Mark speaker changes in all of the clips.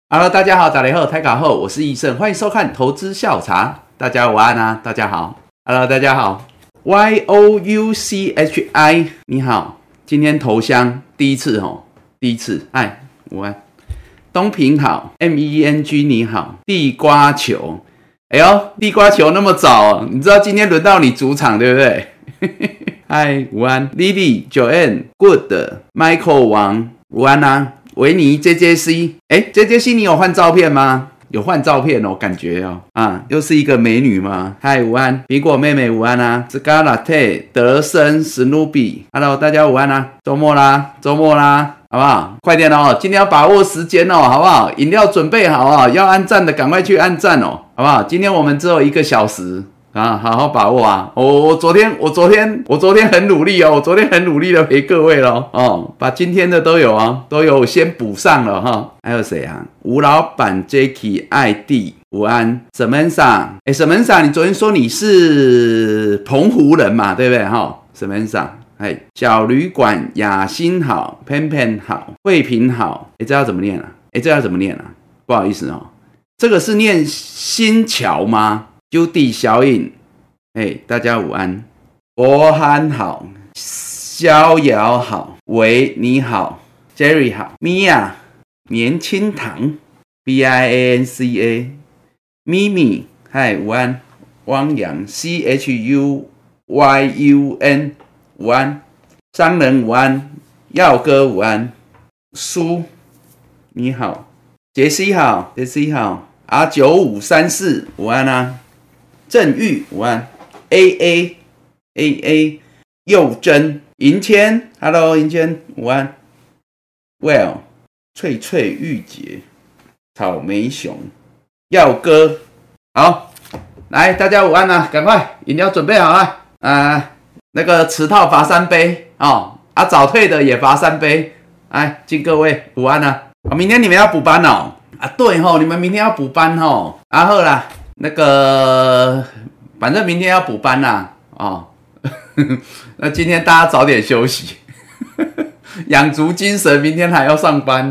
Speaker 1: Hello， 大家好，大家好，台卡后，我是易胜，欢迎收看投资下午茶。大家午安啊，大家好。Hello， 大家好。YOUCHI， 你好，今天头香第一次哦，第一次，嗨，午安。东平好 ，MENG 你好，地瓜球，哎呦，地瓜球那么早，你知道今天轮到你主场对不对？嗨，午安 ，Lily、Joanne、Good、Michael 王，午安啊。维尼 JJC， JJC 你有换照片吗？有换照片哦，感觉哦，又是一个美女吗？嗨，午安，苹果妹妹午安啊 ，Scarlett 德森史努比 ，Hello， 大家午安啊，周末啦，好不好？快点哦，今天要把握时间哦，好不好？饮料准备好啊，要按赞的赶快去按赞哦，好不好？今天我们只有1个小时。好好把握啊！我昨天很努力哦，我昨天很努力的陪各位咯哦，把今天的都有先补上了哈。还有谁啊？吴老板 Jacky 艾弟午安 Samantha，Samantha 你昨天说你是澎湖人嘛，对不对哈 ？Samantha， 小旅馆雅欣好 ，Pen 好，慧平好，这要怎么念啊？不好意思哦，这个是念新桥吗？Judy 小颖，大家午安。博涵好，逍遥好，喂你好 ，Jerry 好 ，Mia 年轻糖 ，BIANCA， 咪咪嗨午安，汪洋 CHUYUN 午安，商人午安，耀哥午安，苏你好，杰西好，R9534午安啊。郑玉午安 ，AA 佑真银谦 ，Hello 银谦午安 ，Well 翠玉姐草莓熊耀哥好，来大家午安啊，赶快饮料准备好了那个迟到罚3杯哦，早退的也罚3杯，来敬各位午安啊，明天你们要补班哦，对吼，你们明天要补班吼，好啦。那个，反正明天要补班啦，那今天大家早点休息，养足精神，明天还要上班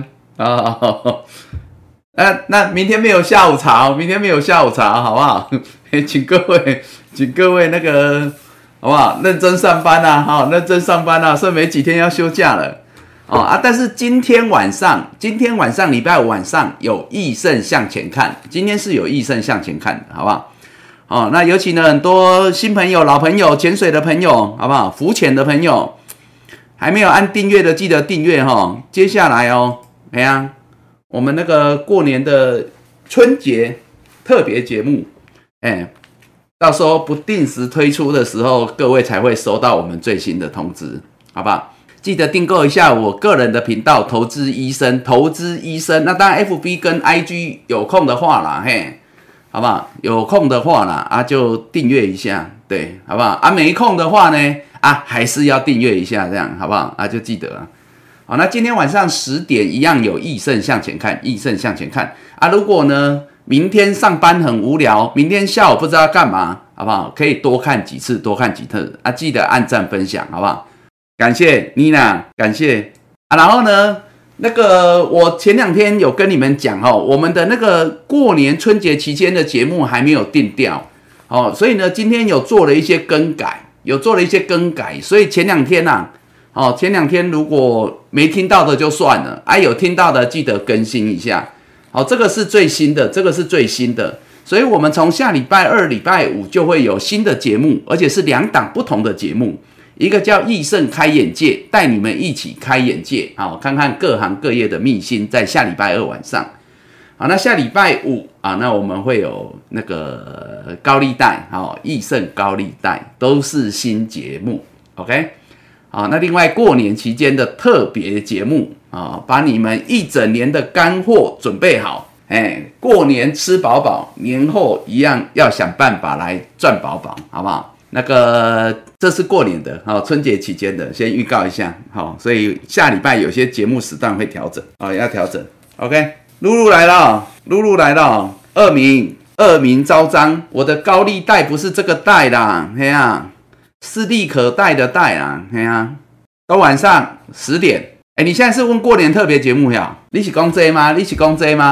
Speaker 1: 那明天没有下午茶，好不好？请各位那个好不好？认真上班啊，剩没几天要休假了。但是今天晚上礼拜五晚上有益胜向前看，今天是有益胜向前看的，好不好？那尤其呢，很多新朋友、老朋友、潜水的朋友，好不好？浮潜的朋友，还没有按订阅的，记得订阅哈。接下来我们那个过年的春节特别节目，到时候不定时推出的时候，各位才会收到我们最新的通知，好不好？记得订购一下我个人的频道投资医生，那当然 FB 跟 IG 有空的话啦，好不好？有空的话啦就订阅一下，对，好不好？没空的话呢还是要订阅一下，这样好不好？就记得了。好，那今天晚上10点一样有益胜向前看如果呢明天上班很无聊，明天下午不知道干嘛，好不好？可以多看几次，多看几次记得按赞分享，好不好？感谢妮娜，感谢然后呢，那个我前2天有跟你们讲我们的那个过年春节期间的节目还没有定调所以呢，今天有做了一些更改，所以前2天前2天如果没听到的就算了，有听到的记得更新一下，这个是最新的，所以我们从下礼拜2、礼拜5就会有新的节目，而且是2档不同的节目。一个叫益胜开眼界，带你们一起开眼界，看看各行各业的秘辛，在下礼拜2晚上。那下礼拜5那我们会有那个高利贷，益胜高利贷都是新节目 ，OK？ 那另外过年期间的特别节目把你们一整年的干货准备好，过年吃饱饱，年后一样要想办法来赚饱饱，好不好？那个这是过年的春节期间的，先预告一下所以下礼拜有些节目时段会调整要调整 OK。 露露来了恶名昭彰，我的高利贷不是这个贷啦，是利可贷的贷啦，都晚上10点你现在是问过年特别节目呀？你是讲这吗？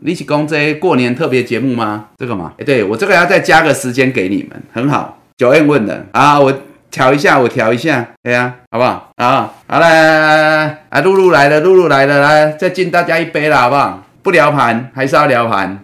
Speaker 1: 你是讲这过年特别节目吗？这个吗？对，我这个要再加个时间给你们，很好。9N 问的啊，我调一下，哎呀，好不好？啊，好来，啊，露露来了，来，再敬大家一杯了，好不好？不聊盘还是要聊盘。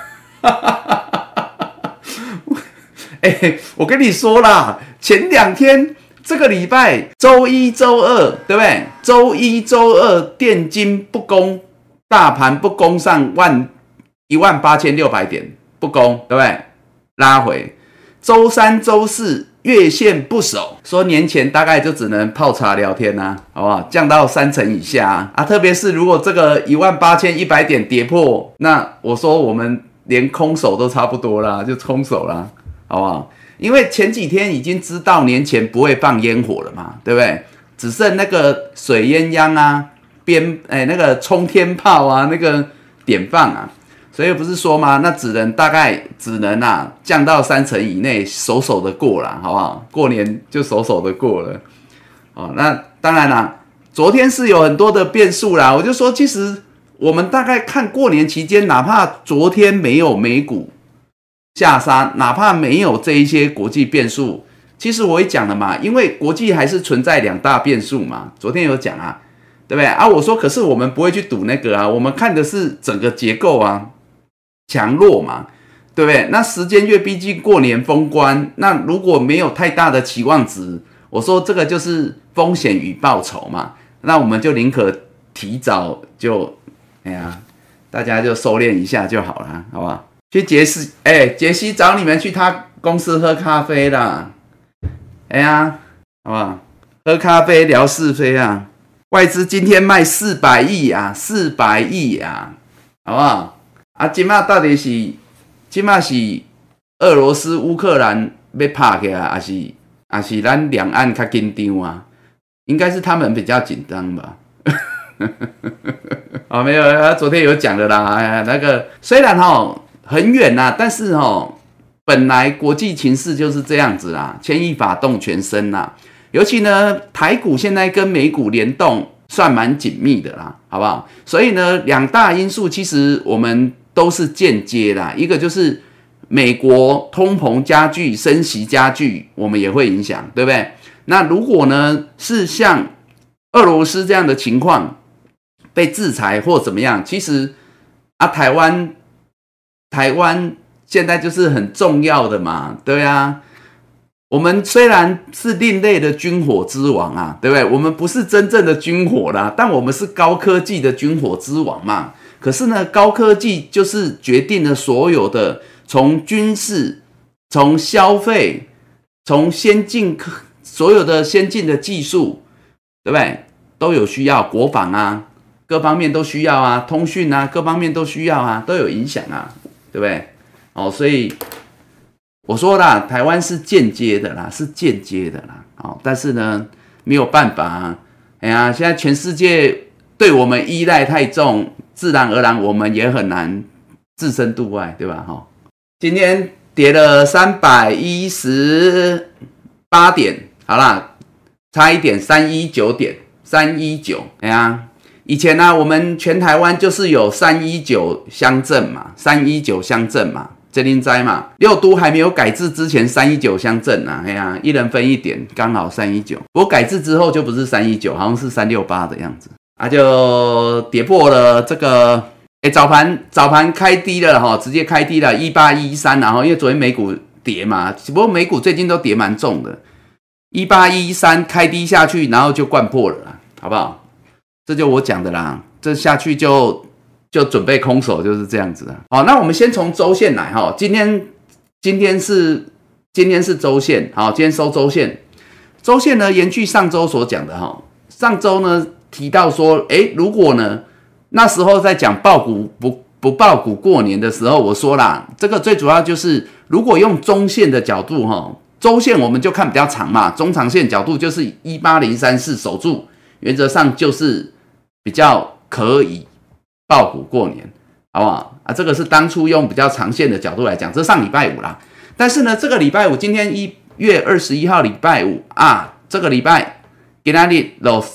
Speaker 1: 我跟你说啦，前2天。这个礼拜周一、周二，对不对？周一、周二电金不攻，大盘不攻上18600点，不攻，对不对？拉回。周三、周四月线不守，说年前大概就只能泡茶聊天啊，好不好？降到3成以下啊，特别是如果这个18100点跌破，那我说我们连空手都差不多啦，就空手啦，好不好？因为前几天已经知道年前不会放烟火了嘛，对不对？只剩那个水鸳鸯啊，那个冲天炮啊，那个点放啊，所以不是说吗？那大概只能降到3成以内，守的过了，好不好？过年就守的过了。哦，那当然啦，昨天是有很多的变数啦。我就说，其实我们大概看过年期间，哪怕昨天没有美股下杀，哪怕没有这一些国际变数，其实我也讲了嘛，因为国际还是存在2大变数嘛。昨天有讲啊，对不对啊？我说，可是我们不会去赌那个啊，我们看的是整个结构啊，强弱嘛，对不对？那时间越逼近过年封关，那如果没有太大的期望值，我说这个就是风险与报酬嘛，那我们就宁可提早就，大家就收敛一下就好了，好不好？去杰西找你们去他公司喝咖啡啦，好不好？喝咖啡聊是非啊！外资今天卖400亿啊，400亿啊，好不好？啊，今嘛到底是俄罗斯乌克兰要打起来，还是咱两岸较紧张啊？应该是他们比较紧张吧。哦，没有，昨天有讲的啦。那个虽然很远啦，但是本来国际情势就是这样子啦，牵一发动全身啦。尤其呢，台股现在跟美股联动算蛮紧密的啦，好不好？所以呢，2大因素其实我们都是间接啦，一个就是美国通膨加剧、升息加剧，我们也会影响，对不对？那如果呢是像俄罗斯这样的情况被制裁或怎么样，其实台湾现在就是很重要的嘛，对啊。我们虽然是另类的军火之王啊，对不对？我们不是真正的军火啦，但我们是高科技的军火之王嘛。可是呢，高科技就是决定了所有的，从军事、从消费、从所有的先进的技术，对不对？都有需要，国防啊，各方面都需要啊，通讯啊，各方面都需要啊，都有影响啊，对不对？所以我说啦，台湾是间接的啦，但是呢，没有办法现在全世界对我们依赖太重，自然而然我们也很难置身度外，对吧？今天跌了318点，好啦，差一点319点，319，以前呢，我们全台湾就是有319乡镇嘛，这您知嘛？6都还没有改制之前，319乡镇啊，一人分1点，刚好319。不过改制之后就不是319，好像是368的样子就跌破了这个。早盘开低了直接开低了18113，然后因为昨天美股跌嘛，不过美股最近都跌蛮重的，18113开低下去，然后就灌破了啦，好不好？这就我讲的啦，这下去就准备空手，就是这样子的。好，那我们先从周线来今天是周线，好，今天收周线。周线呢，延续上周所讲的上周呢提到说，如果呢那时候在讲抱股不抱股过年的时候，我说啦，这个最主要就是如果用中线的角度周线我们就看比较长嘛，中长线角度就是18034守住，原则上就是比较可以抱股过年，好不好这个是当初用比较长线的角度来讲，这上礼拜五啦。但是呢，这个礼拜五，今天1月21号礼拜五这个礼拜今天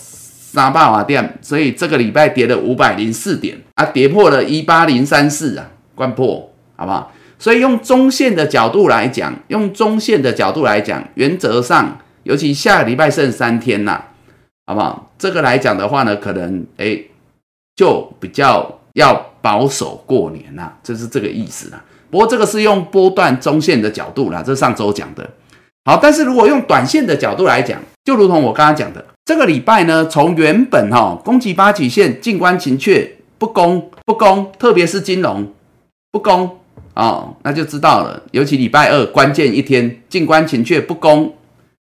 Speaker 1: 300瓦点，所以这个礼拜跌了504点啊，跌破了18034啊，关破，好不好？所以用中线的角度来讲，原则上，尤其下个礼拜剩3天啦，好不好？这个来讲的话呢，可能就比较要保守过年啦，就是这个意思啦。不过这个是用波段中线的角度啦，这上周讲的。好，但是如果用短线的角度来讲，就如同我刚刚讲的，这个礼拜呢，从原本攻击8期线，静观情却不攻，特别是金融不攻那就知道了。尤其礼拜二关键一天，静观情却不攻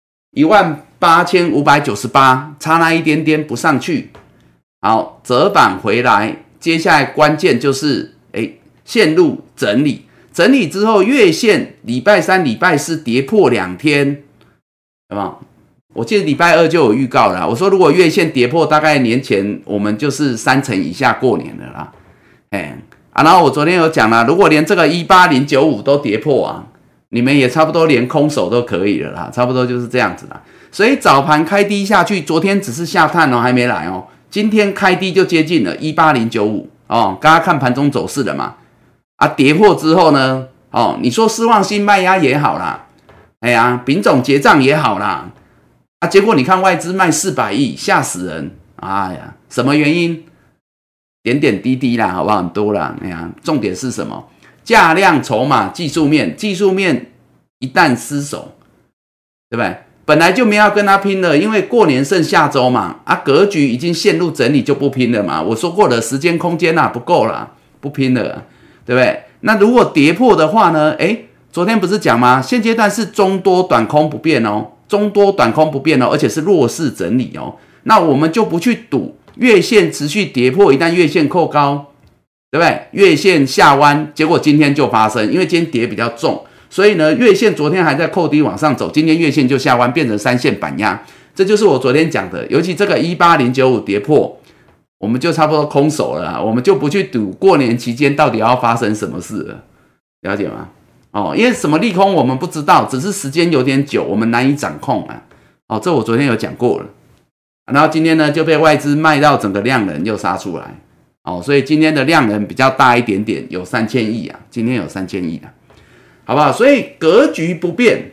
Speaker 1: 18598，差那一点点不上去。好，折返回来，接下来关键就是陷入整理。整理之后，月线礼拜三、礼拜四跌破2天，有没有？我记得礼拜二就有预告了，我说如果月线跌破，大概年前我们就是30%以下过年了啦。然后我昨天有讲了，如果连这个18095都跌破啊，你们也差不多连空手都可以了啦，差不多就是这样子啦。所以早盘开低下去，昨天只是下探还没来今天开低就接近了18095刚刚看盘中走势了嘛。跌破之后呢，你说失望性卖压也好啦，丙种结账也好啦，结果你看外资卖400亿，吓死人！什么原因？点点滴滴啦，好不好？很多啦，重点是什么？价量筹码技术面一旦失守，对不对？本来就没要跟他拼了，因为过年剩下周嘛，格局已经陷入整理，就不拼了嘛。我说过了，时间空间不够了，不拼了。对不对？那如果跌破的话呢？昨天不是讲吗？现阶段是中多短空不变而且是弱势整理那我们就不去赌月线持续跌破，一旦月线扣高，对不对？月线下弯，结果今天就发生，因为今天跌比较重，所以呢，月线昨天还在扣低往上走，今天月线就下弯，变成3线板压，这就是我昨天讲的，尤其这个18095跌破。我们就差不多空手了啦，我们就不去赌过年期间到底要发生什么事了，了解吗？因为什么利空我们不知道，只是时间有点久，我们难以掌控这我昨天有讲过了。然后今天呢就被外资卖到整个量能又杀出来，所以今天的量能比较大一点点，有3000亿今天有3000亿好不好？所以格局不变，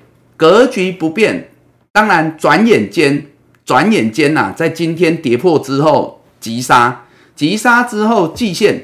Speaker 1: 当然转眼间在今天跌破之后。急杀之后，季线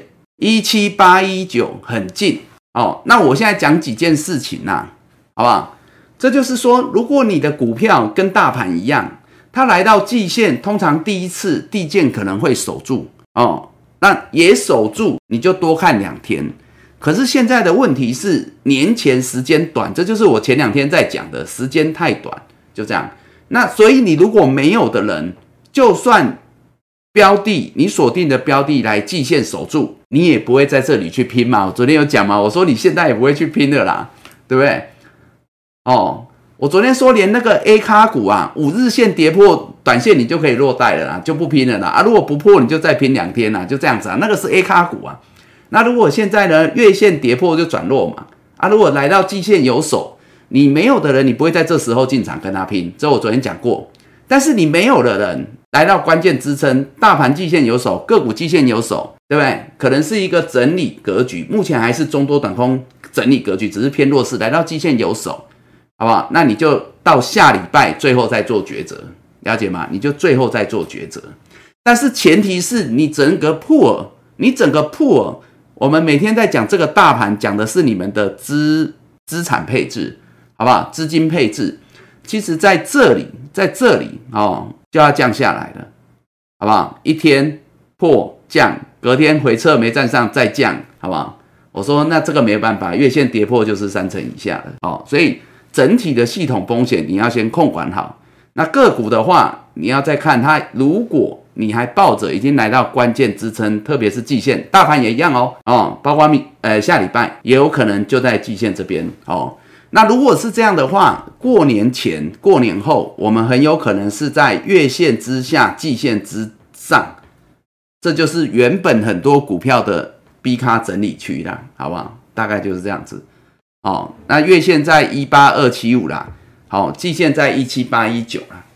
Speaker 1: 17819很近那我现在讲几件事情好不好？这就是说，如果你的股票跟大盘一样，它来到季线，通常第一次地建可能会守住那也守住，你就多看2天。可是现在的问题是年前时间短，这就是我前2天在讲的，时间太短，就这样。那所以你如果没有的人，就算标的你锁定的标的来季线守住，你也不会在这里去拼嘛。我昨天有讲嘛，我说你现在也不会去拼的啦，对不对？我昨天说连那个 A 卡股5日线跌破短线你就可以落袋了啦，就不拼了啦如果不破你就再拼2天啦，就这样子那个是 A 卡股那如果现在呢月线跌破就转弱嘛如果来到季线有守，你没有的人你不会在这时候进场跟他拼，这我昨天讲过。但是你没有的人来到关键支撑，大盘季线有守，个股季线有守，对不对？可能是一个整理格局，目前还是中多短空整理格局，只是偏弱势，来到季线有守，好不好？那你就到下礼拜最后再做抉择，了解吗？你就最后再做抉择。但是前提是你整个 pool， 我们每天在讲这个大盘，讲的是你们的资产配置，好不好？资金配置。其实在这里就要降下来了，好不好？一天破降，隔天回撤没站上再降，好不好？我说那这个没办法，月线跌破就是30%以下了所以整体的系统风险你要先控管好。那个股的话，你要再看它，如果你还抱着已经来到关键支撑，特别是季线，大盘也一样包括下礼拜也有可能就在季线这边那如果是这样的话，过年前、过年后，我们很有可能是在月线之下、季线之上，这就是原本很多股票的 B 咖整理区啦，好不好？大概就是这样子。那月线在18275啦，季线在17819啦，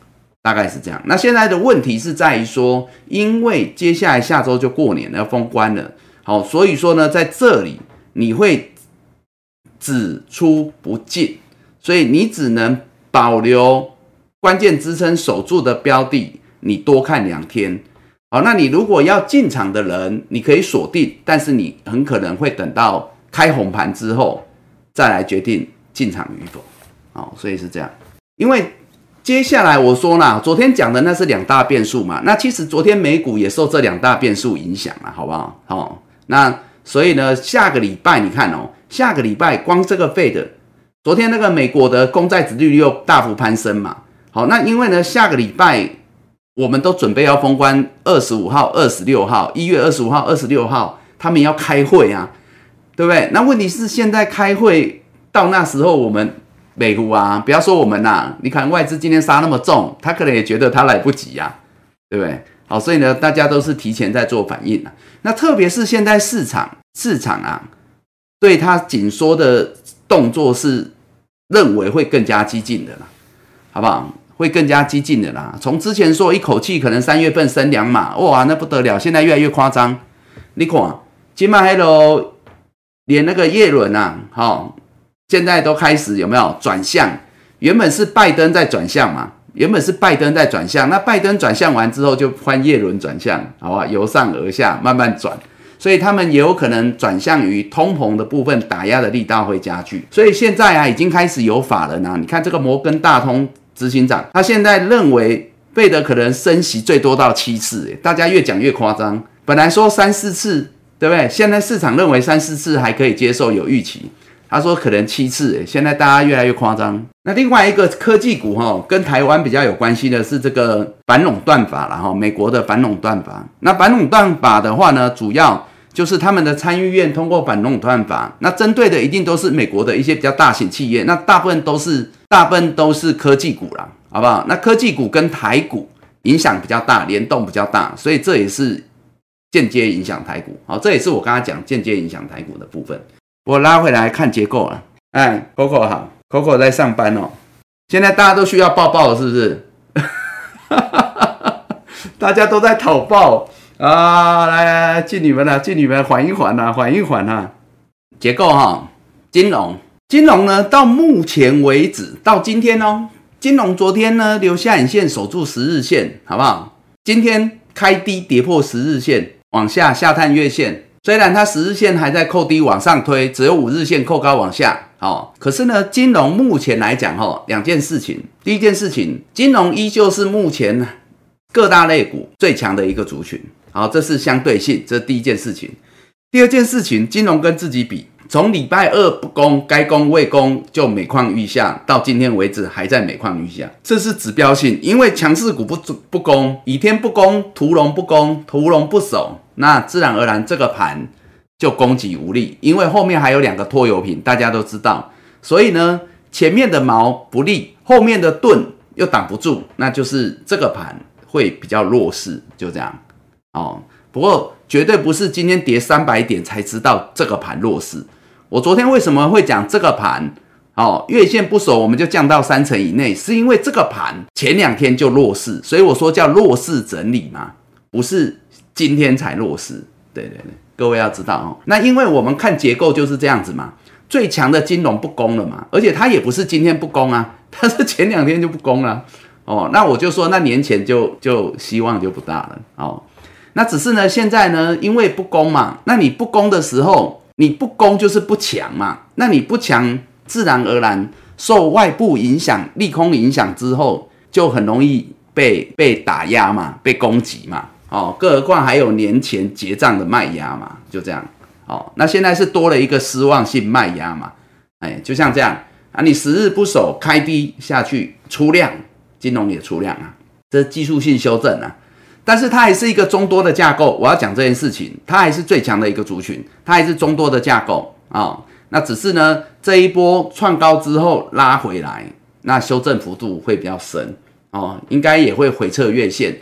Speaker 1: 大概是这样。那现在的问题是在于说，因为接下来下周就过年了，要封关了，好，所以说呢，在这里你会只出不进，所以你只能保留关键支撑守住的标的，你多看2天。好，那你如果要进场的人，你可以锁定，但是你很可能会等到开红盘之后再来决定进场与否。好，所以是这样。因为接下来我说啦，昨天讲的那是2大变数嘛，那其实昨天美股也受这2大变数影响了，好不好？好，那所以呢，下个礼拜你看哦，下个礼拜光这个Fed，昨天那个美国的公债殖利率又大幅攀升嘛。好，那因为呢，下个礼拜我们都准备要封关，25号、26号，1月25号、26号，他们要开会啊，对不对？那问题是现在开会到那时候，我们美股啊，不要说我们啦，你看外资今天杀那么重，他可能也觉得他来不及啊，对不对？好，所以呢，大家都是提前在做反应啊。那特别是现在市场啊，对他紧缩的动作是认为会更加激进的啦，好不好？会更加激进的啦。从之前说一口气可能3月份升2码，哇，那不得了，现在越来越夸张。你看，今麦连那个耶伦啊，现在都开始有没有转向？原本是拜登在转向嘛，那拜登转向完之后，就换耶伦转向，好吧，由上而下慢慢转。所以他们也有可能转向于通膨的部分，打压的力道会加剧。所以现在啊，已经开始有法人啊，你看这个摩根大通执行长，他现在认为费德可能升息最多到7次，大家越讲越夸张。本来说3、4次，对不对？现在市场认为3、4次还可以接受，有预期。他说可能7次，现在大家越来越夸张。那另外一个科技股跟台湾比较有关系的是这个反垄断法啦，美国的反垄断法。那反垄断法的话呢，主要就是他们的参议院通过反垄断法，那针对的一定都是美国的一些比较大型企业，那大部分都是科技股啦，好不好？那科技股跟台股影响比较大，联动比较大，所以这也是间接影响台股。好，这也是我刚才讲间接影响台股的部分。我拉回来看结构了。Coco 好 ，Coco 在上班哦。现在大家都需要抱抱了，是不是？大家都在讨抱啊！来，敬你们了，缓一缓啊！结构金融呢，到目前为止，到今天哦，金融昨天呢留下影线守住10日线，好不好？今天开低跌破10日线，往下探月线。虽然它10日线还在扣低往上推，只有5日线扣高往下，可是呢，金融目前来讲2件事情。第一件事情，金融依旧是目前各大类股最强的一个族群，好，这是相对性，这是第一件事情。第二件事情，金融跟自己比，从礼拜二不攻，该攻未攻，就每况愈下，到今天为止还在每况愈下，这是指标性，因为强势股不攻，倚天不攻，屠龙不攻，屠龙不守，那自然而然这个盘就攻击无力，因为后面还有2个拖油瓶，大家都知道，所以呢，前面的矛不利，后面的盾又挡不住，那就是这个盘会比较弱势，就这样。不过绝对不是今天跌300点才知道这个盘弱势。我昨天为什么会讲这个盘月线不守我们就降到3成以内，是因为这个盘前2天就弱势，所以我说叫弱势整理嘛，不是今天才弱势。对，各位要知道那因为我们看结构就是这样子嘛，最强的金融不攻了嘛，而且它也不是今天不攻啊，它是前2天就不攻了那我就说那年前就希望就不大了那只是呢现在呢因为不攻嘛，那你不攻的时候，你不攻就是不强嘛，那你不强自然而然受外部影响利空影响之后，就很容易被打压嘛，被攻击嘛更何况还有年前结账的卖压嘛，就这样那现在是多了一个失望性卖压嘛，就像这样你10日不守开低下去出量，金融也出量啊，这是技术性修正啊，但是它还是一个中多的架构，我要讲这件事情，它还是最强的一个族群，它还是中多的架构那只是呢这一波创高之后拉回来，那修正幅度会比较深应该也会回测月线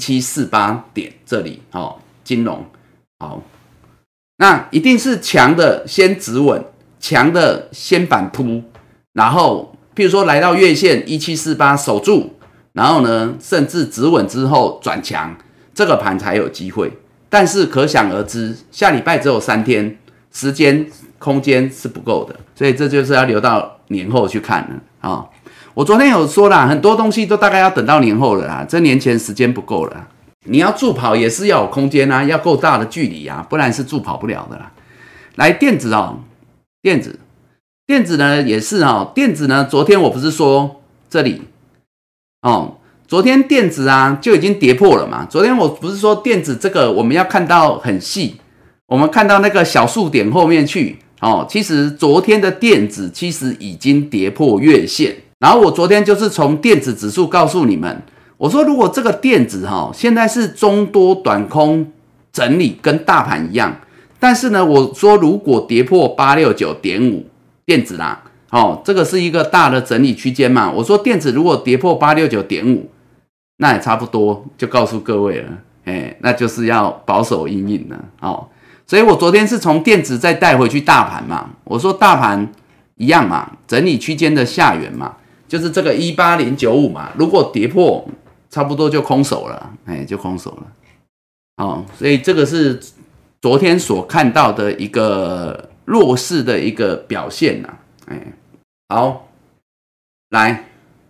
Speaker 1: 1748点这里金融好，那一定是强的先止稳，强的先反扑，然后譬如说来到月线1748守住， 然后呢，甚至止稳之后转强，这个盘才有机会。但是可想而知，下礼拜只有3天，时间空间是不够的，所以这就是要留到年后去看了啊。我昨天有说啦，很多东西都大概要等到年后了啦，这年前时间不够了啦。你要助跑也是要有空间啊，要够大的距离啊，不然是助跑不了的啦。来电子哦，电子呢也是哦，电子呢，昨天我不是说这里哦，昨天电子啊就已经跌破了嘛。昨天我不是说电子这个我们要看到很细，我们看到那个小数点后面去哦。其实昨天的电子其实已经跌破月线，然后我昨天就是从电子指数告诉你们，我说如果这个电子现在是中多短空整理，跟大盘一样。但是呢，我说如果跌破 869.5 电子啦，这个是一个大的整理区间嘛。我说电子如果跌破 869.5， 那也差不多就告诉各位了，那就是要保守因应了所以我昨天是从电子再带回去大盘嘛。我说大盘一样嘛，整理区间的下缘嘛，就是这个18095嘛。如果跌破，差不多就空手了，就空手了。所以这个是昨天所看到的一个弱势的一个表现啦。好，来，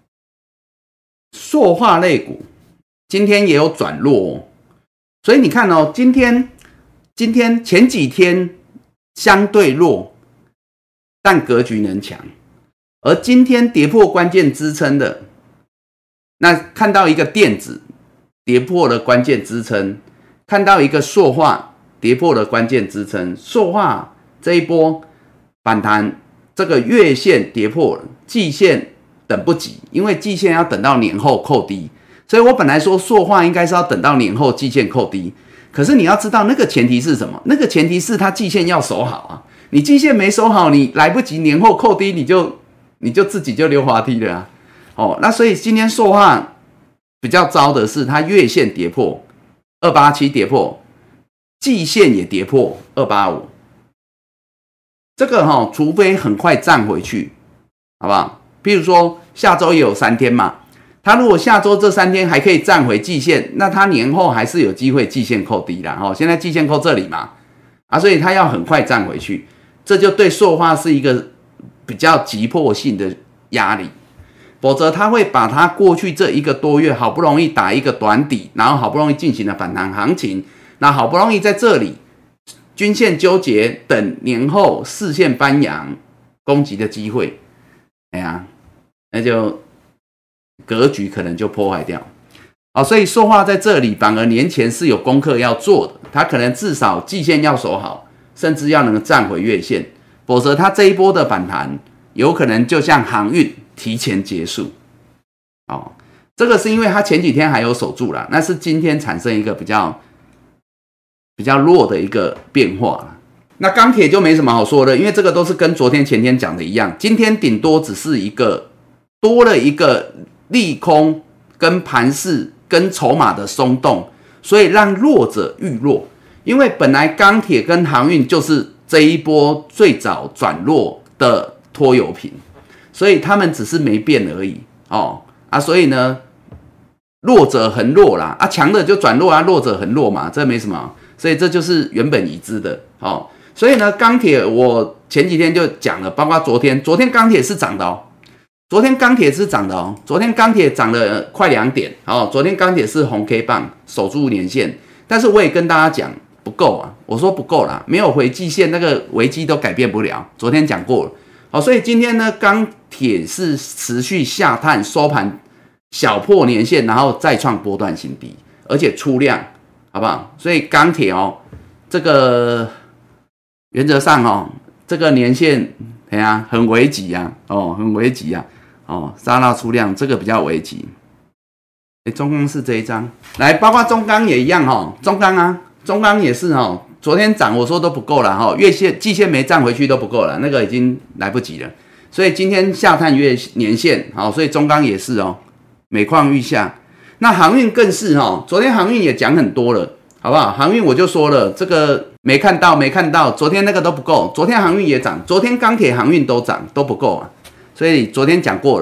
Speaker 1: 塑化类股今天也有转弱所以你看今天前几天相对弱，但格局能强，而今天跌破关键支撑的，那看到一个电子跌破了关键支撑，看到一个塑化跌破了关键支撑，塑化这一波反弹，这个月线跌破了，季线等不及，因为季线要等到年后扣低，所以我本来说塑化应该是要等到年后季线扣低，可是你要知道那个前提是什么？那个前提是它季线要守好啊，你季线没守好，你来不及年后扣低，你就自己就溜滑梯了那所以今天塑化比较糟的是，它月线跌破287跌破。季线也跌破285，这个除非很快站回去，好不好？譬如说下周也有3天嘛，它如果下周这3天还可以站回季线，那它年后还是有机会季线扣低啦现在季线扣这里嘛，所以它要很快站回去，这就对塑化是一个比较急迫性的压力，否则它会把它过去这1个多月好不容易打一个短底，然后好不容易进行了反弹行情。那好不容易在这里均线纠结，等年后4线翻扬攻击的机会，那就格局可能就破坏掉。所以塑化在这里反而年前是有功课要做的，它可能至少季线要守好，甚至要能站回月线，否则它这一波的反弹有可能就像航运提前结束。这个是因为它前几天还有守住啦，那是今天产生一个比较弱的一个变化了。那钢铁就没什么好说的，因为这个都是跟昨天前天讲的一样，今天顶多只是多了一个利空跟盘势跟筹码的松动，所以让弱者愈弱。因为本来钢铁跟航运就是这一波最早转弱的拖油瓶，所以他们只是没变而已所以呢，弱者恒弱啦强的就转弱弱者恒弱嘛，这没什么。所以这就是原本已知的所以呢，钢铁我前几天就讲了，包括昨天钢铁是涨的昨天钢铁是涨的昨天钢铁涨了快2点昨天钢铁是红 K 棒守住年线，但是我也跟大家讲不够我说不够啦，没有回季线，那个危机都改变不了，昨天讲过了所以今天呢，钢铁是持续下探，收盘小破年线，然后再创波段新低，而且出量，好不好？所以钢铁这个原则上这个年线很危急很危急杀到出量，这个比较危急。中钢是这一张，来，包括中钢也一样中钢也是昨天涨我说都不够了月线季线没站回去都不够了，那个已经来不及了。所以今天下探月年线所以中钢也是每况愈下。那航运更是昨天航运也讲很多了，好不好？航运我就说了，这个没看到，昨天那个都不够，昨天航运也涨，昨天钢铁航运都涨，都不够所以昨天讲过了，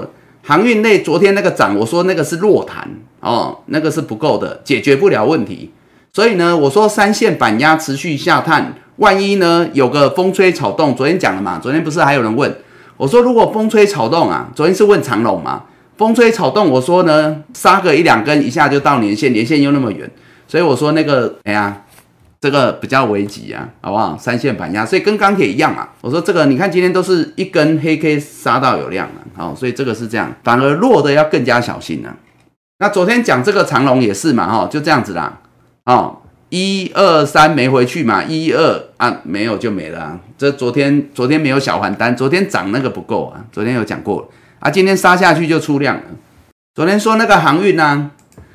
Speaker 1: 航运类昨天那个涨，我说那个是弱弹哦，那个是不够的，解决不了问题。所以呢，我说3线板压持续下探，万一呢有个风吹草动，昨天讲了嘛，昨天不是还有人问我说，如果风吹草动啊，昨天是问长荣嘛，风吹草动，我说呢杀个1、2根，一下就到年线，年线又那么远，所以我说那个哎呀。这个比较危急啊，好不好？3线板压，所以跟钢铁一样啊。我说这个，你看今天都是一根黑 K 杀到有量了，好，所以这个是这样，反而弱的要更加小心了。那昨天讲这个长荣也是嘛，哈，就这样子啦，哦，1、2、3没回去嘛，1、2啊没有就没了啊。这昨天没有小还单，昨天涨那个不够啊，昨天有讲过啊，今天杀下去就出量了。昨天说那个航运啊。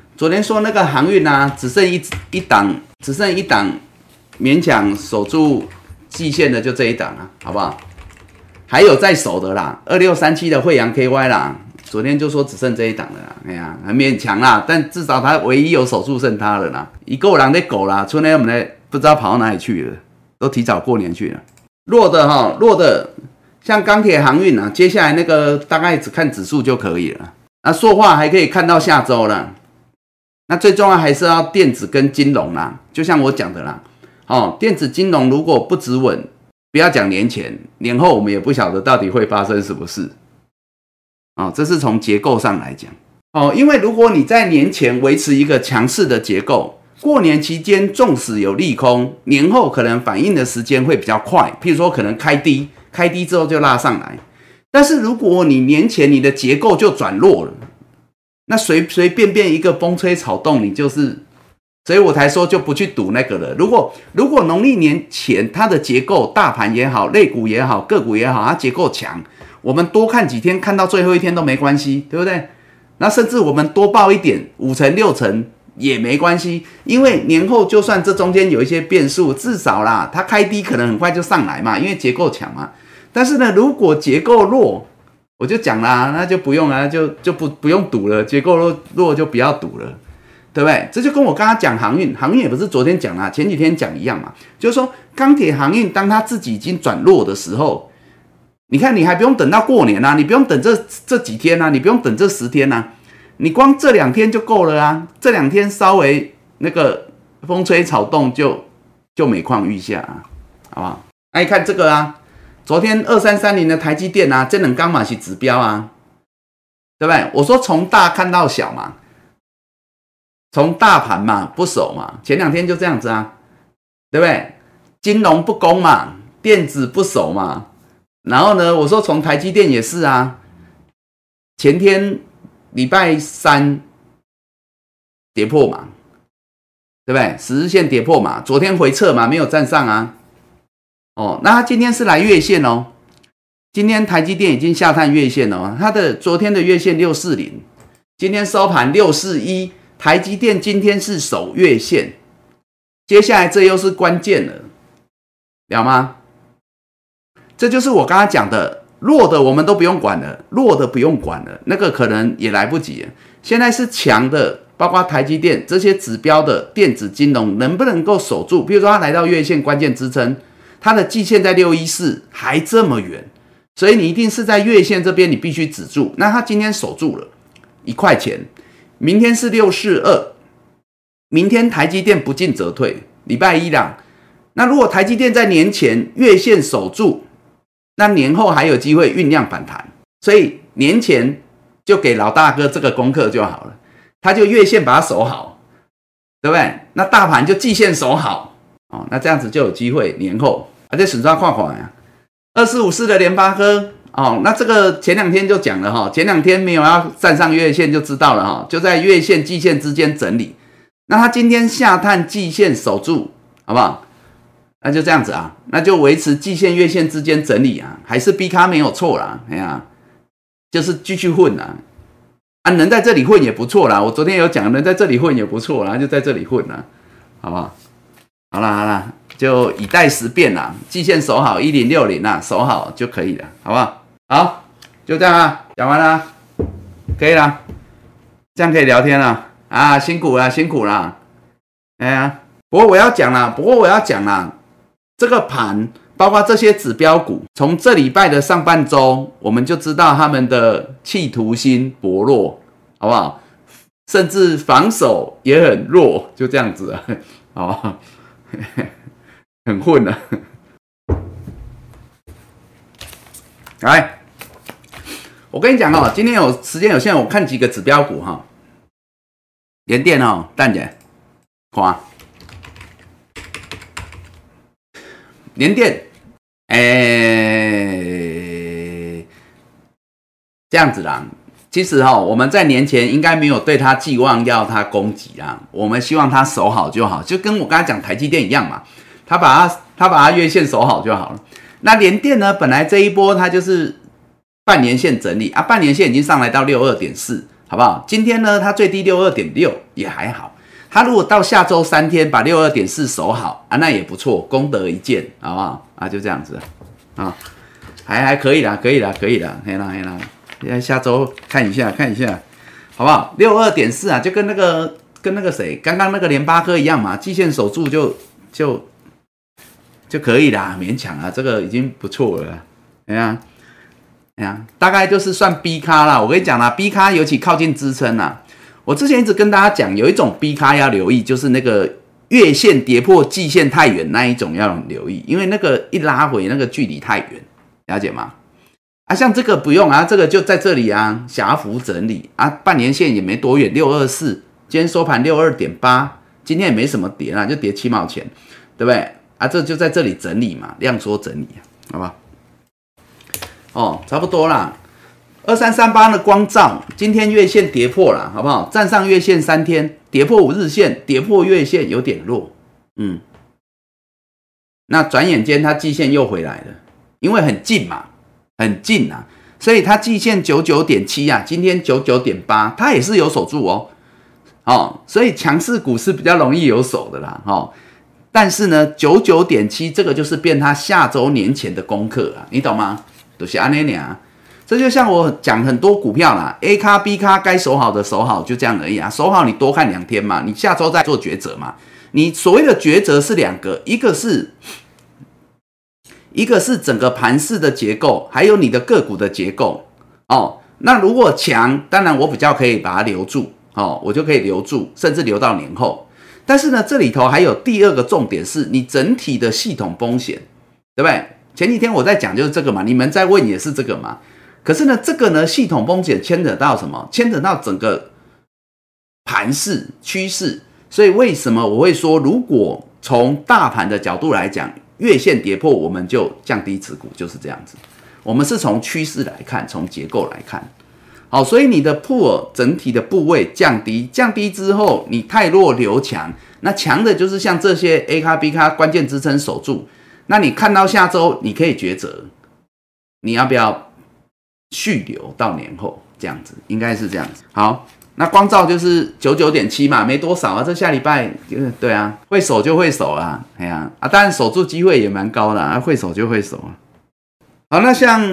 Speaker 1: 只剩一档，勉强守住季线的就这一档啊，好不好？还有在守的啦，2637的惠阳 KY 啦，昨天就说只剩这一档了啦，哎呀，很勉强啦，但至少它唯一有守住剩它了啦，一个人在狗啦，春天我们来不知道跑到哪里去了，都提早过年去了。弱的像钢铁航运啊，接下来那个大概只看指数就可以了。那塑化还可以看到下周了。那最重要还是要电子跟金融啦，就像我讲的啦，哦，电子金融如果不止稳，不要讲年前，年后我们也不晓得到底会发生什么事，哦，这是从结构上来讲，哦，因为如果你在年前维持一个强势的结构，过年期间纵使有利空，年后可能反应的时间会比较快，譬如说可能开低之后就拉上来，但是如果你年前你的结构就转弱了。那随便一个风吹草动，你就是，所以我才说就不去赌那个了。如果农历年前它的结构，大盘也好，类股也好，个股也好，它结构强，我们多看几天，看到最后一天都没关系，对不对？那甚至我们多报一点，5成6成也没关系，因为年后就算这中间有一些变数，至少啦，它开低可能很快就上来嘛，因为结构强嘛。但是呢，如果结构弱，我就讲啦，那就不用啊，就不用赌了，结构弱就不要赌了，对不对？这就跟我刚刚讲航运也不是昨天讲啦，前几天讲一样嘛，就是说钢铁航运当它自己已经转弱的时候，你看你还不用等到过年啊，你不用等这几天啊，你不用等这10天啊，你光这2天就够了啊，这2天稍微那个风吹草动就每况愈下啊，好不好？那你看这个啊。昨天2330的台积电啊，这两天嘛是指标啊，对不对？我说从大看到小嘛，从大盘嘛不守嘛，前2天就这样子啊，对不对？金融不攻嘛，电子不守嘛，然后呢，我说从台积电也是啊，前天礼拜3跌破嘛，对不对？10日线跌破嘛，昨天回撤嘛，没有站上啊。哦，那它今天是来月线哦，今天台积电已经下探月线哦，它的昨天的月线640，今天收盘641，台积电今天是守月线，接下来这又是关键了，了吗？这就是我刚刚讲的，弱的我们都不用管了，那个可能也来不及了。现在是强的，包括台积电这些指标的电子金融能不能够守住？比如说它来到月线关键支撑。它的季线在614，还这么远，所以你一定是在月线这边，你必须止住。那它今天守住了1块钱，明天是642，明天台积电不进则退，礼拜一啦。那如果台积电在年前月线守住，那年后还有机会酝酿反弹，所以年前就给老大哥这个功课就好了，他就月线把它守好，对不对？那大盘就季线守好。哦，那这样子就有机会年后，这损抓看看呀，2454的联发科，哦，那这个前2天就讲了哈，前2天没有要站上月线就知道了哈，就在月线季线之间整理。那它今天下探季线守住，好不好？那就这样子啊，那就维持季线月线之间整理啊，还是 B 咖没有错啦，哎呀，就是继续混啦，啊，能在这里混也不错啦，我昨天有讲，能在这里混也不错啦，就在这里混啦，好不好？好啦，就以待时变啦，季线守好1060啦，守好就可以了，好不好？好，就这样啊，讲完了，可以啦，这样可以聊天了啊，辛苦啦，哎呀，不过我要讲啦，这个盘包括这些指标股，从这礼拜的上半周，我们就知道他们的企图心薄弱，好不好？甚至防守也很弱，就这样子啊，好不好？很混啊。来，我跟你讲哦，今天有时间有限，我看几个指标股哈，联电哦，蛋姐，看联电。这样子啦。其实我们在年前应该没有对他寄望要他攻击啦，我们希望他守好就好，就跟我刚才讲台积电一样嘛，他把它月线守好就好了。那联电呢，本来这一波它就是半年线整理啊，半年线已经上来到 62.4， 好不好？今天呢，它最低 62.6 也还好。他如果到下周3天把 62.4 守好啊，那也不错，功德一件，好不好？啊，就这样子啊，还可以啦，可以啦，可以啦，嘿啦。现在下周看一下，好不好？62.4啊，就跟那个谁，刚刚那个联发科一样嘛，季线守住就可以啦，勉强啊，这个已经不错了啦。哎呀，大概就是算 B 咖啦。我跟你讲啦 ，B 咖尤其靠近支撑啦。我之前一直跟大家讲，有一种 B 咖要留意，就是那个月线跌破季线太远那一种要留意，因为那个一拉回那个距离太远，了解吗？啊，像这个不用啊，这个就在这里啊，狭幅整理啊，半年线也没多远，624，今天收盘62.8，今天也没什么跌啦，就跌7毛钱，对不对？啊，这就在这里整理嘛，量缩整理，好不好？哦，差不多啦。2338的光罩，今天月线跌破了，好不好？站上月线3天，跌破5日线，跌破月线有点弱，那转眼间它季线又回来了，因为很近嘛，很近啊，所以它季线 99.7 啊，今天 99.8， 它也是有守住哦，所以强势股是比较容易有守的啦，但是呢 99.7 这个就是变它下周年前的功课啊，你懂吗？就是这样。这就像我讲很多股票啦 ，A 咖 B 咖该守好的守好，就这样而已啊。守好你多看2天嘛，你下周再做抉择嘛。你所谓的抉择是2个，一个是整个盘势的结构，还有你的个股的结构哦。那如果强，当然我比较可以把它留住哦，我就可以留住，甚至留到年后。但是呢，这里头还有第二个重点是你整体的系统风险，对不对？前几天我在讲就是这个嘛，你们在问也是这个嘛。可是呢，这个呢，系统风险牵扯到什么？牵扯到整个盘势趋势。所以为什么我会说，如果从大盘的角度来讲，月线跌破，我们就降低持股，就是这样子。我们是从趋势来看，从结构来看。好，所以你的 pool 整体的部位降低，降低之后，你太弱留强，那强的就是像这些 A 咖 B 咖关键支撑守住。那你看到下周，你可以抉择，你要不要续留到年后，这样子应该是这样子。好，那光罩就是99.7嘛，没多少啊。这下礼拜对啊，会守就会守啊，哎呀当然守住机会也蛮高的啊，会守就会守啊。好，那像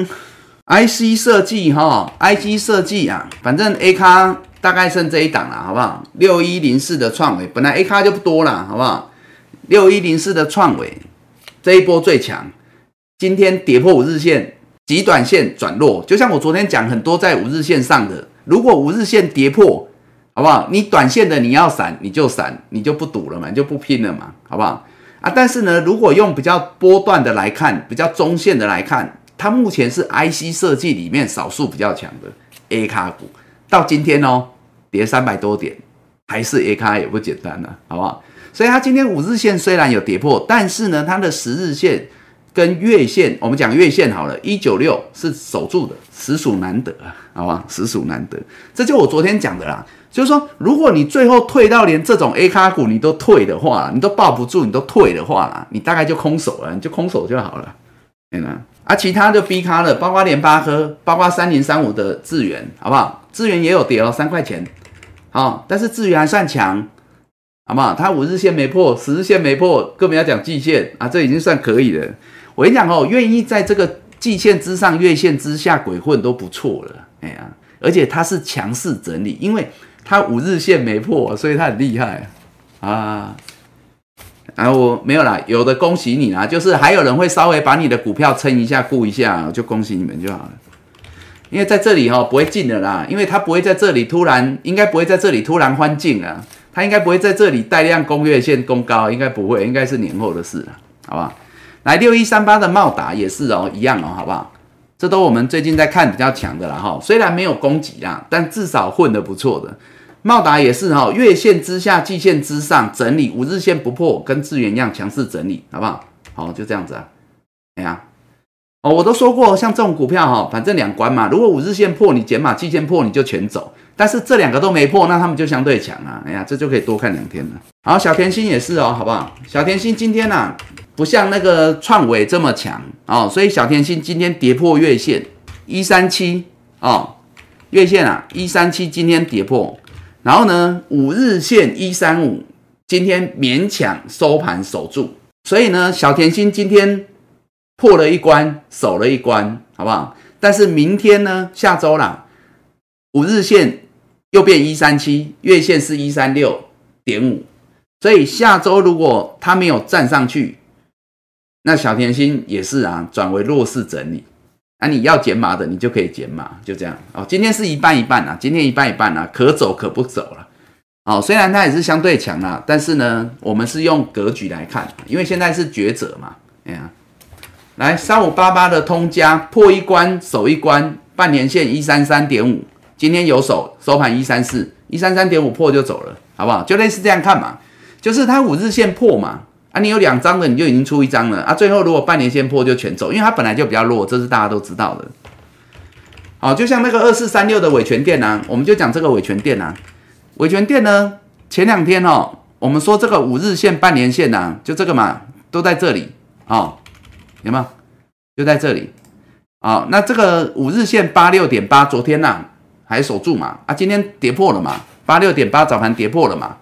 Speaker 1: IC 设计IC 设计啊，反正 A 咖大概剩这一档啦，好不好？6104的创伟，本来 A 咖就不多啦，好不好？6104的创伟这一波最强，今天跌破5日线。极短线转弱，就像我昨天讲很多在5日线上的，如果5日线跌破，好不好？你短线的你要闪你就闪，你就不赌了嘛，你就不拼了嘛，好不好？但是呢，如果用比较波段的来看，比较中线的来看，它目前是 IC 设计里面少数比较强的 A 咖股，到今天跌300多点，还是 A 咖也不简单了，好不好？所以它今天5日线虽然有跌破，但是呢，它的10日线跟月线，我们讲月线好了，196是守住的，实属难得啊，好吧，实属难得。这就我昨天讲的啦，就是说，如果你最后退到连这种 A 咖股你都退的话，你都抱不住，你都退的话啦，你大概就空手了，你就空手就好了，其他的 B 咖了，包括联发科，包括3035的智原，好不好？智原也有跌3块钱，好，但是智原还算强。好不好？它5日线没破，10日线没破，更不要讲季线啊，这已经算可以了。我跟你讲愿意在这个季线之上、月线之下鬼混都不错了，而且它是强势整理，因为它5日线没破，所以它很厉害啊。 啊，我没有啦，有的恭喜你啦，就是还有人会稍微把你的股票撑一下、顾一下，就恭喜你们就好了。因为在这里不会进的啦，因为它不会在这里突然，应该不会在这里突然欢进啊，它应该不会在这里带量攻月线攻高，应该不会，应该是年后的事了，好不好？来6138的茂达也是一样好不好？这都我们最近在看比较强的啦虽然没有攻击啦，但至少混得不错的。茂达也是月线之下、季线之上整理，5日线不破，跟智原一样强势整理，好不好？好，就这样子啊。哎呀，我都说过，像这种股票反正两关嘛。如果5日线破，你减码；季线破，你就全走。但是这两个都没破，那他们就相对强啊。哎呀，这就可以多看2天了。好，小甜心也是好不好？小甜心今天不像那个创伟这么强所以小甜心今天跌破月线137月线137今天跌破。然后呢，5日线135，今天勉强收盘守住，所以呢，小甜心今天破了一关，守了一关，好不好？但是明天呢，下周啦，5日线又变137，月线是136.5，所以下周如果它没有站上去，那小甜心也是转为弱势整理。你要减码的，你就可以减码，就这样今天是一半一半今天一半一半可走可不走了虽然它也是相对强但是呢，我们是用格局来看，因为现在是抉择嘛。哎呀，来3588的通家破一关守一关，半年线133.5，今天有守，收盘134，133.5破就走了，好不好？就类似这样看嘛，就是它5日线破嘛。你有2张的，你就已经出1张了最后如果半年线破就全走，因为它本来就比较弱，这是大家都知道的。好，就像那个2436的伟全电我们就讲这个伟全电伟全电呢，前2天我们说这个5日线、半年线就这个嘛，都在这里有没有？就在这里那这个5日线86.8，昨天还守住嘛今天跌破了嘛，86.8早盘跌破了嘛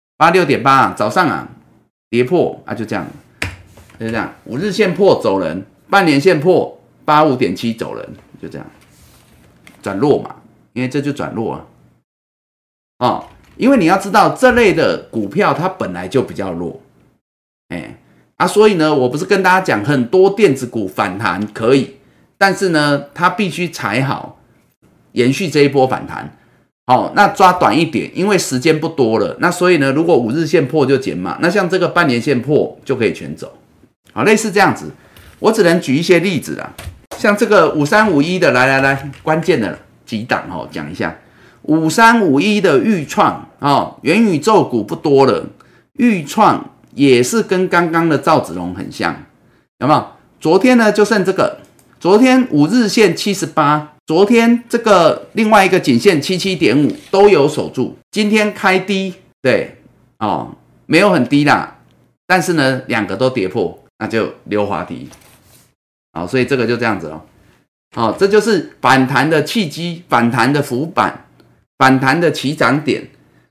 Speaker 1: ，86.8早上跌破就这样，就这样，5日线破走人，半年线破85.7走人，就这样转弱嘛，因为这就转弱因为你要知道这类的股票它本来就比较弱，所以呢，我不是跟大家讲很多电子股反弹可以，但是呢，它必须踩好，延续这一波反弹。那抓短一点，因为时间不多了。那所以呢，如果5日线破就减码，那像这个半年线破就可以全走。类似这样子，我只能举一些例子像这个5351的，来，关键的几档讲一下。5351的钰创元宇宙股不多了，钰创也是跟刚刚的赵子龙很像，有没有？昨天呢就剩这个，昨天5日线78。昨天这个另外一个颈线77.5都有守住，今天开低，对没有很低啦，但是呢2个都跌破，那就溜滑梯所以这个就这样子这就是反弹的契机，反弹的浮板，反弹的起涨点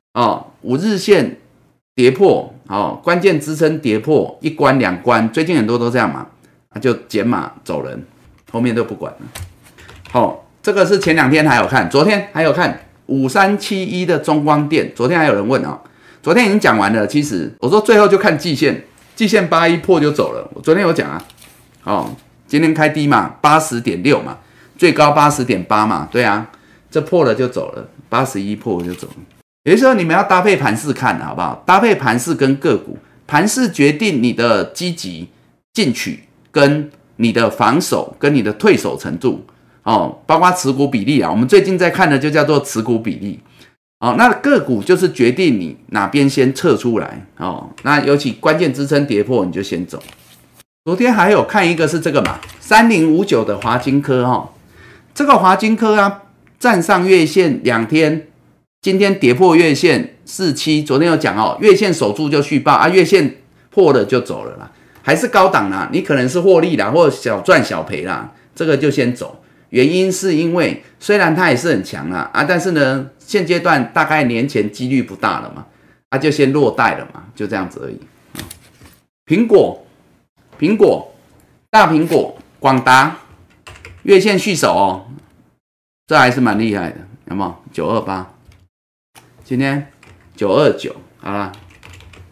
Speaker 1: 5日线跌破关键支撑跌破1关2关，最近很多都这样嘛，就减码走人，后面都不管了这个是前2天还有看，昨天还有看5371的中光电，昨天还有人问昨天已经讲完了。其实我说最后就看季线，季线81破就走了。我昨天有讲今天开低嘛，80.6嘛，最高80.8嘛，对这破了就走了，81破就走了。有的时候你们要搭配盘势看好不好？搭配盘势跟个股，盘势决定你的积极进取，跟你的防守，跟你的退守程度。包括持股比例我们最近在看的就叫做持股比例那个股就是决定你哪边先撤出来那尤其关键支撑跌破你就先走。昨天还有看一个是这个嘛，3059的华金科这个华金科站上月线2天，今天跌破月线47，昨天有讲月线守住就续报月线破了就走了啦，还是高档啦，你可能是获利啦，或者小赚小赔啦，这个就先走。原因是因为虽然它也是很强但是呢，现阶段大概年前几率不大了嘛，就先落袋了嘛，就这样子而已。苹果，大苹果，广达，月线续守这还是蛮厉害的，有没有？928，今天929，好啦，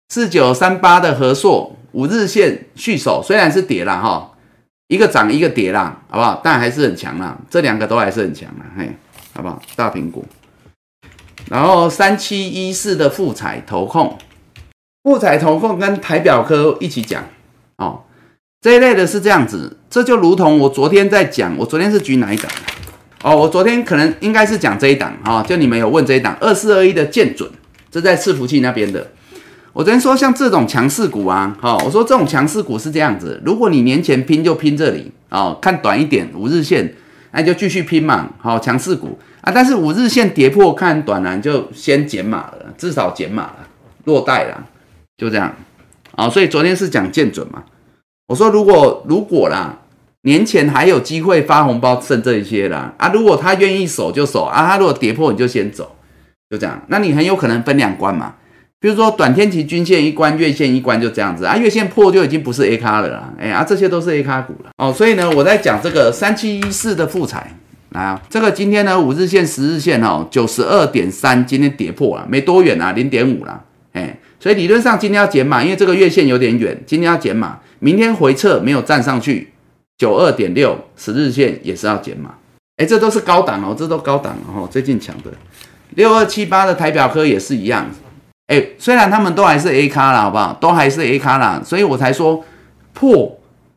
Speaker 1: 4938的和硕5日线续守，虽然是跌啦哈，一个涨一个跌啦，好不好？但还是很强啦，这两个都还是很强啦，嘿，好不好？大苹果。然后3714的富彩投控，富彩投控跟台表科一起讲哦，这一类的是这样子，这就如同我昨天在讲，我昨天是举哪一档？哦，我昨天可能应该是讲这一档哈，就你们有问这一档2421的建准，这在伺服器那边的。我昨天说像这种强势股啊，我说这种强势股是这样子，如果你年前拼就拼这里哦，看短一点5日线，那就继续拼嘛，好强势股啊，但是5日线跌破看短蓝就先减码了，至少减码了，落袋了，就这样。好，所以昨天是讲建准嘛，我说如果啦。年前还有机会发红包剩这一些啦啊！如果他愿意守就守啊，他如果跌破你就先走，就这样。那你很有可能分两关嘛，比如说短天期均线一关，月线一关，就这样子啊。月线破就已经不是 A 咖了啦，这些都是 A 咖股了哦。所以呢，我在讲这个3714的富彩啊，这个今天呢5日线、10日线哦92.3，今天跌破了，没多远啊，0.5啦，所以理论上今天要减码，因为这个月线有点远，今天要减码，明天回撤没有站上去。92.6 10日线也是要减码，这都是高档哦，这都高档哦，最近强的6278的台表科也是一样，虽然他们都还是 A 咖啦，好不好？都还是 A 咖啦，所以我才说破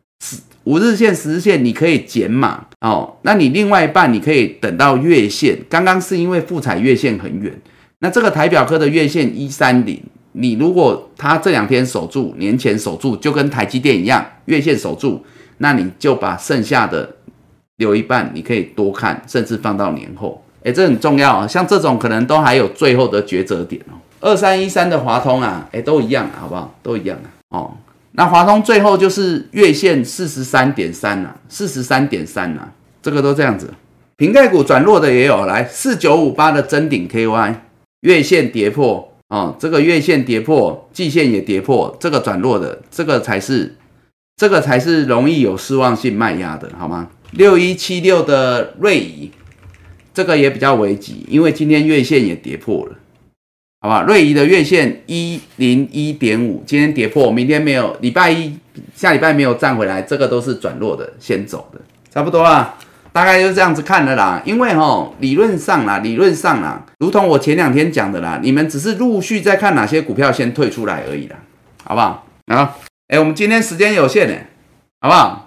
Speaker 1: 5日线、10日线你可以减码哦，那你另外一半你可以等到月线，刚刚是因为富彩月线很远，那这个台表科的月线130，你如果它这两天守住，年前守住，就跟台积电一样，月线守住。那你就把剩下的留一半，你可以多看，甚至放到年后。这很重要啊！像这种可能都还有最后的抉择点哦。2313的华通啊，都一样，好不好？都一样哦。那华通最后就是月线43.3啊，43.3啊，这个都这样子。瓶盖股转弱的也有，来4958的臻鼎 KY 月线跌破哦，这个月线跌破，季线也跌破，这个转弱的，这个才是容易有失望性卖压的，好吗？6176的瑞仪，这个也比较危急，因为今天月线也跌破了，好吧？瑞仪的月线101.5，今天跌破，明天没有，下礼拜没有站回来，这个都是转弱的，先走的，差不多啦，大概就这样子看了啦。因为理论上啦，如同我前两天讲的啦，你们只是陆续在看哪些股票先退出来而已啦，好不好？好。我们今天时间有限呢，好不好？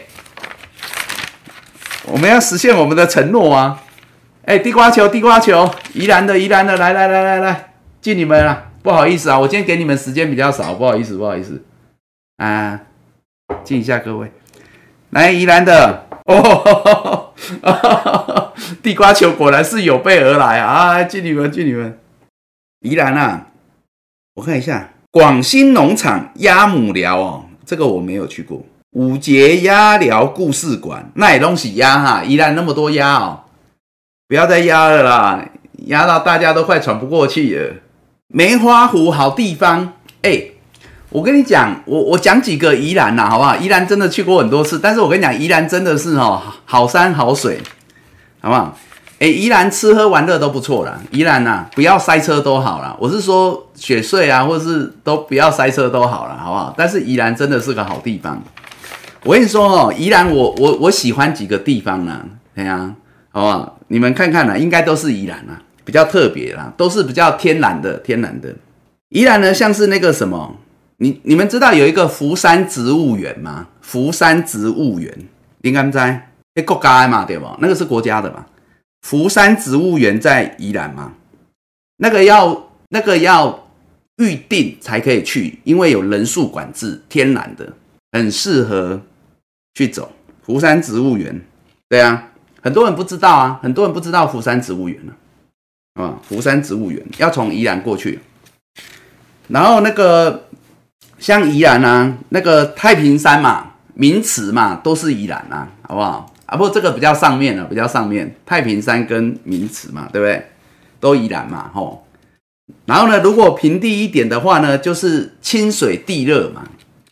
Speaker 1: 我们要实现我们的承诺啊！地瓜球，宜兰的，来，敬你们啦！不好意思啊，我今天给你们时间比较少，不好意思啊，敬一下各位。来，宜兰的哦，地瓜球果然是有备而来啊！敬你们！宜兰啊，我看一下。广兴农场鸭母寮哦，这个我没有去过。五节鸭寮故事馆，那也都是鸭哈，宜兰那么多鸭哦，不要再鸭了啦，鸭到大家都快喘不过气了。梅花湖好地方，我跟你讲，我讲几个宜兰啦，好不好？宜兰真的去过很多次，但是我跟你讲，宜兰真的是好山好水，好不好？宜兰吃喝玩乐都不错啦，宜兰啊，不要塞车都好啦。我是说雪隧啊，或是都不要塞车都好啦，好不好？但是宜兰真的是个好地方。我跟你说宜兰我喜欢几个地方啦，好不好？你们看看啦，应该都是宜兰啦，比较特别啦，都是比较天然的。宜兰呢，像是那个什么，你们知道有一个福山植物园吗？福山植物园，你敢知？国家的嘛，对不？那个是国家的嘛。福山植物园在宜兰吗？那个要预定才可以去，因为有人数管制，天然的，很适合去走。福山植物园，对啊，很多人不知道啊，很多人不知道福山植物园啊，福山植物园要从宜兰过去，然后那个像宜兰啊，那个太平山嘛，名池嘛，都是宜兰啊，好不好？不过这个比较上面了，太平山跟名池嘛，对不对？都宜兰嘛，然后呢，如果平地一点的话呢，就是清水地热嘛，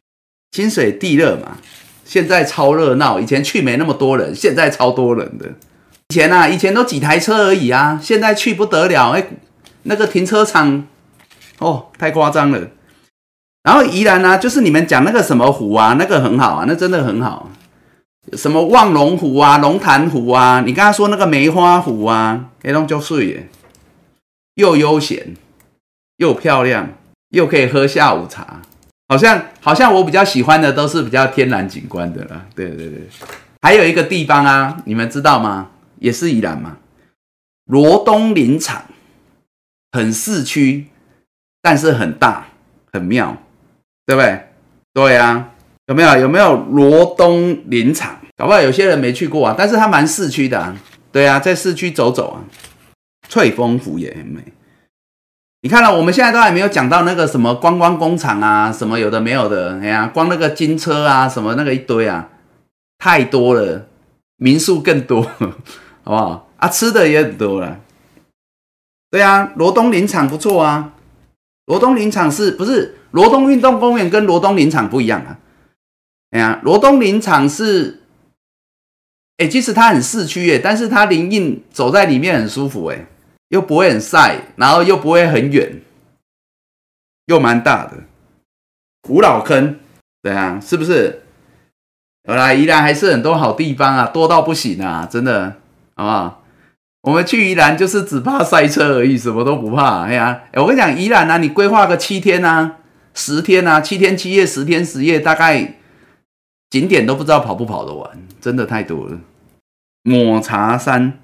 Speaker 1: 现在超热闹，以前去没那么多人，现在超多人的。以前都几台车而已啊，现在去不得了，那个停车场太夸张了。 然后宜兰啊，就是你们讲那个什么湖啊，那个很好啊，那真的很好。什么望龙湖啊、龙潭湖啊，你刚才说那个梅花湖啊，那种就水耶，又悠闲又漂亮，又可以喝下午茶。好像我比较喜欢的都是比较天然景观的啦。对对对，还有一个地方啊，你们知道吗？也是宜兰嘛，罗东林场，很市区，但是很大，很妙，对不对？对啊，有没有罗东林场？搞不好有些人没去过啊，但是它蛮市区的啊。对啊，在市区走走啊，翠峰湖也很美。你看了，我们现在都还没有讲到那个什么观光工厂啊，什么有的没有的，哎呀，光那个金车啊，什么那个一堆啊，太多了，民宿更多，好不好？啊，吃的也很多了。对啊，罗东林场不错啊。罗东林场是不是罗东运动公园跟罗东林场不一样啊？哎呀，罗东林场是，其实它很市区耶，但是它林荫走在里面很舒服耶。又不会很晒，然后又不会很远，又蛮大的。古老坑，对啊，是不是？有啦，宜兰还是很多好地方啊，多到不行啊，真的，好不好？我们去宜兰就是只怕塞车而已，什么都不怕。哎呀，我跟你讲，宜兰啊，你规划个7天啊、10天啊、7天7夜、10天10夜，大概景点都不知道跑不跑得完，真的太多了。抹茶山。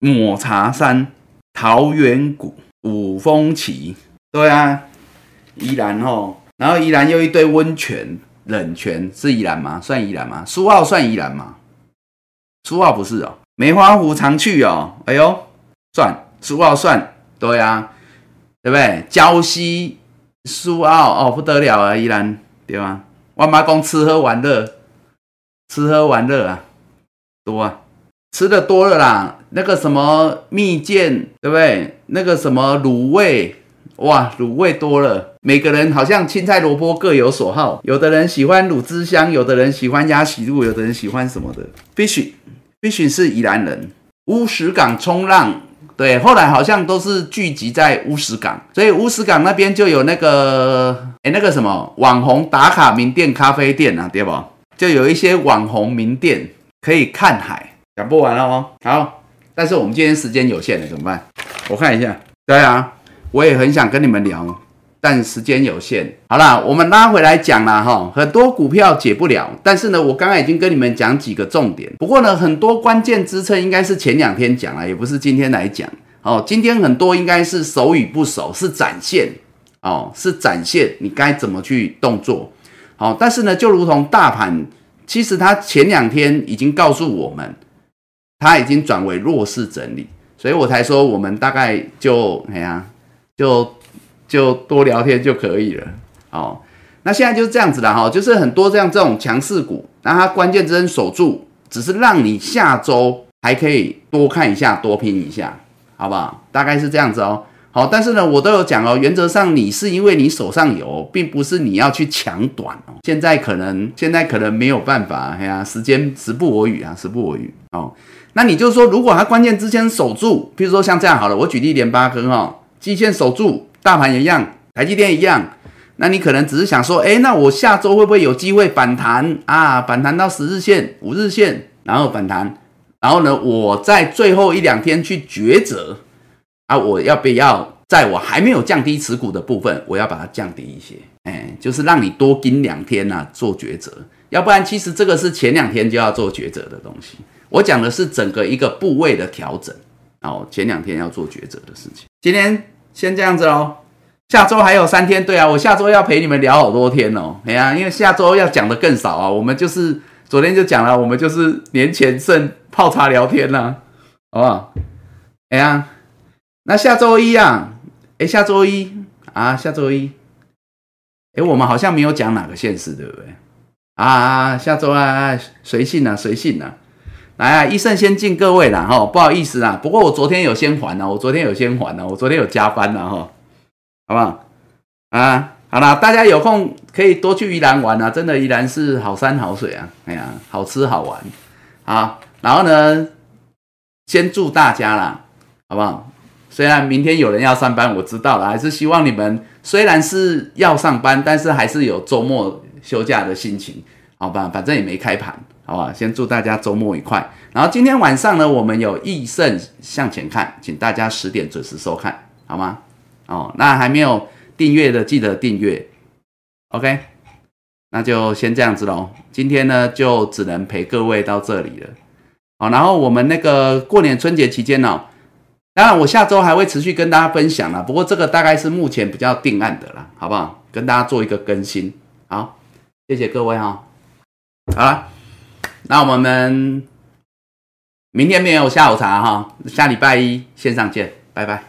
Speaker 1: 桃源谷、五峰旗，对啊，宜兰吼，然后宜兰又一堆温泉、冷泉，是宜兰吗？算宜兰吗？苏澳算宜兰吗？苏澳不是哦，梅花湖常去哦，哎呦，算苏澳算，对啊，对不对？礁溪、苏澳哦，不得了啊，宜兰对吧？我妈讲吃喝玩乐啊，多啊。吃的多了啦，那个什么蜜饯，对不对？那个什么卤味，哇，卤味多了。每个人好像青菜萝卜各有所好，有的人喜欢卤汁香，有的人喜欢鸭血露，有的人喜欢什么的。Fish 是宜兰人，乌石港冲浪，对，后来好像都是聚集在乌石港，所以乌石港那边就有那个什么网红打卡名店咖啡店啊，对不？就有一些网红名店可以看海。讲不完了哦，好，但是我们今天时间有限了，怎么办？我看一下，对啊，我也很想跟你们聊，但时间有限。好啦，我们拉回来讲啦哈，很多股票解不了，但是呢，我刚才已经跟你们讲几个重点。不过呢，很多关键支撑应该是前2天讲了，也不是今天来讲。哦，今天很多应该是熟与不熟，是展现哦，是展现你该怎么去动作。好，但是呢，就如同大盘，其实它前2天已经告诉我们。它已经转为弱势整理，所以我才说我们大概就多聊天就可以了。哦，那现在就是这样子了哈，就是很多这种强势股，那它关键支撑守住，只是让你下周还可以多看一下，多拼一下，好不好？大概是这样子哦。好，但是呢，我都有讲哦，原则上你是因为你手上有，并不是你要去抢短哦。现在可能没有办法，哎呀，时不我与啊，时不我与哦。那你就说，如果它关键支撑守住，譬如说像这样好了，我举例联发科哈，季线守住，大盘也一样，台积电一样，那你可能只是想说，那我下周会不会有机会反弹啊？反弹到10日线、5日线，然后反弹，然后呢，我在最后1-2天去抉择啊，我要不要在我还没有降低持股的部分，我要把它降低一些，就是让你多盯2天啊，做抉择，要不然其实这个是前2天就要做抉择的东西。我讲的是整个一个部位的调整，哦，前2天要做抉择的事情。今天先这样子咯，下周还有3天，对啊，我下周要陪你们聊好多天哦，因为下周要讲的更少啊，我们就是昨天就讲了，我们就是年前剩泡茶聊天啦，好不好？那下周一啊，下周一，我们好像没有讲哪个县市，对不对？下周随性啊。来啊，医生先敬各位啦，不好意思啦，不过我昨天有先还啊，我昨天有加班啦，好不好？好啦，大家有空可以多去宜兰玩啊，真的宜兰是好山好水啊，好吃好玩啊。然后呢，先祝大家啦，好不好？ 虽然明天有人要上班，我知道了，还是希望你们虽然是要上班，但是还是有周末休假的心情，好吧？反正也没开盘，好吧？先祝大家周末愉快。然后今天晚上呢，我们有益盛向前看，请大家10点准时收看，好吗？哦，那还没有订阅的记得订阅 ，OK？ 那就先这样子咯。今天呢就只能陪各位到这里了。好，然后我们那个过年春节期间哦，当然我下周还会持续跟大家分享啦，不过这个大概是目前比较定案的啦，好不好？跟大家做一个更新。好，谢谢各位哈。好了，那我们明天没有下午茶哈，下礼拜一线上见，拜拜。